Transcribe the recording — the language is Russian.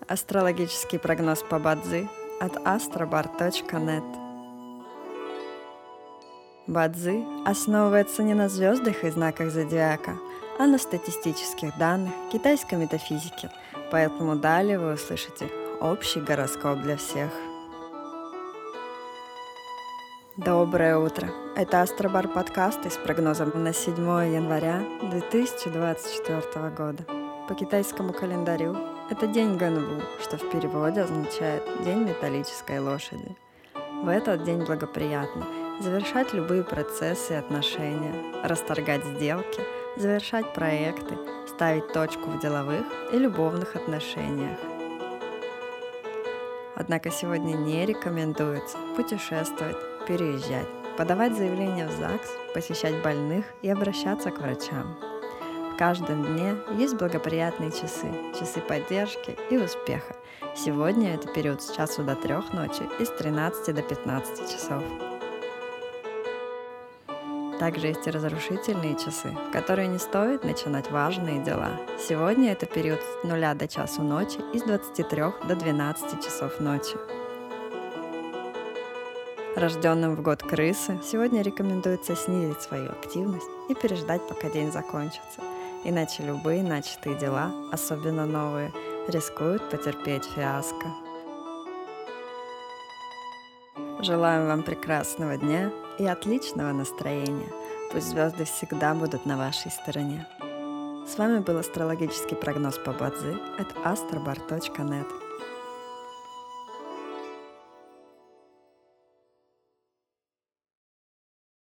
Астрологический прогноз по Бадзи от astrobar.net. Бадзи основывается не на звездах и знаках зодиака, а на статистических данных китайской метафизики, поэтому далее вы услышите общий гороскоп для всех. Доброе утро! Это Астробар подкасты с прогнозом на 7 января 2024 года. По китайскому календарю это день Гэнву, что в переводе означает «день металлической лошади». В этот день благоприятно завершать любые процессы и отношения, расторгать сделки, завершать проекты, ставить точку в деловых и любовных отношениях. Однако сегодня не рекомендуется путешествовать, переезжать, подавать заявления в ЗАГС, посещать больных и обращаться к врачам. В каждом дне есть благоприятные часы, часы поддержки и успеха. Сегодня это период с часу до 3 ночи и с 13 до 15 часов. Также есть и разрушительные часы, в которые не стоит начинать важные дела. Сегодня это период с 0 до часу ночи и с 23 до 12 часов ночи. Рожденным в год крысы сегодня рекомендуется снизить свою активность и переждать, пока день закончится. Иначе любые начатые дела, особенно новые, рискуют потерпеть фиаско. Желаем вам прекрасного дня и отличного настроения. Пусть звезды всегда будут на вашей стороне. С вами был астрологический прогноз по Бадзи от astrobar.net.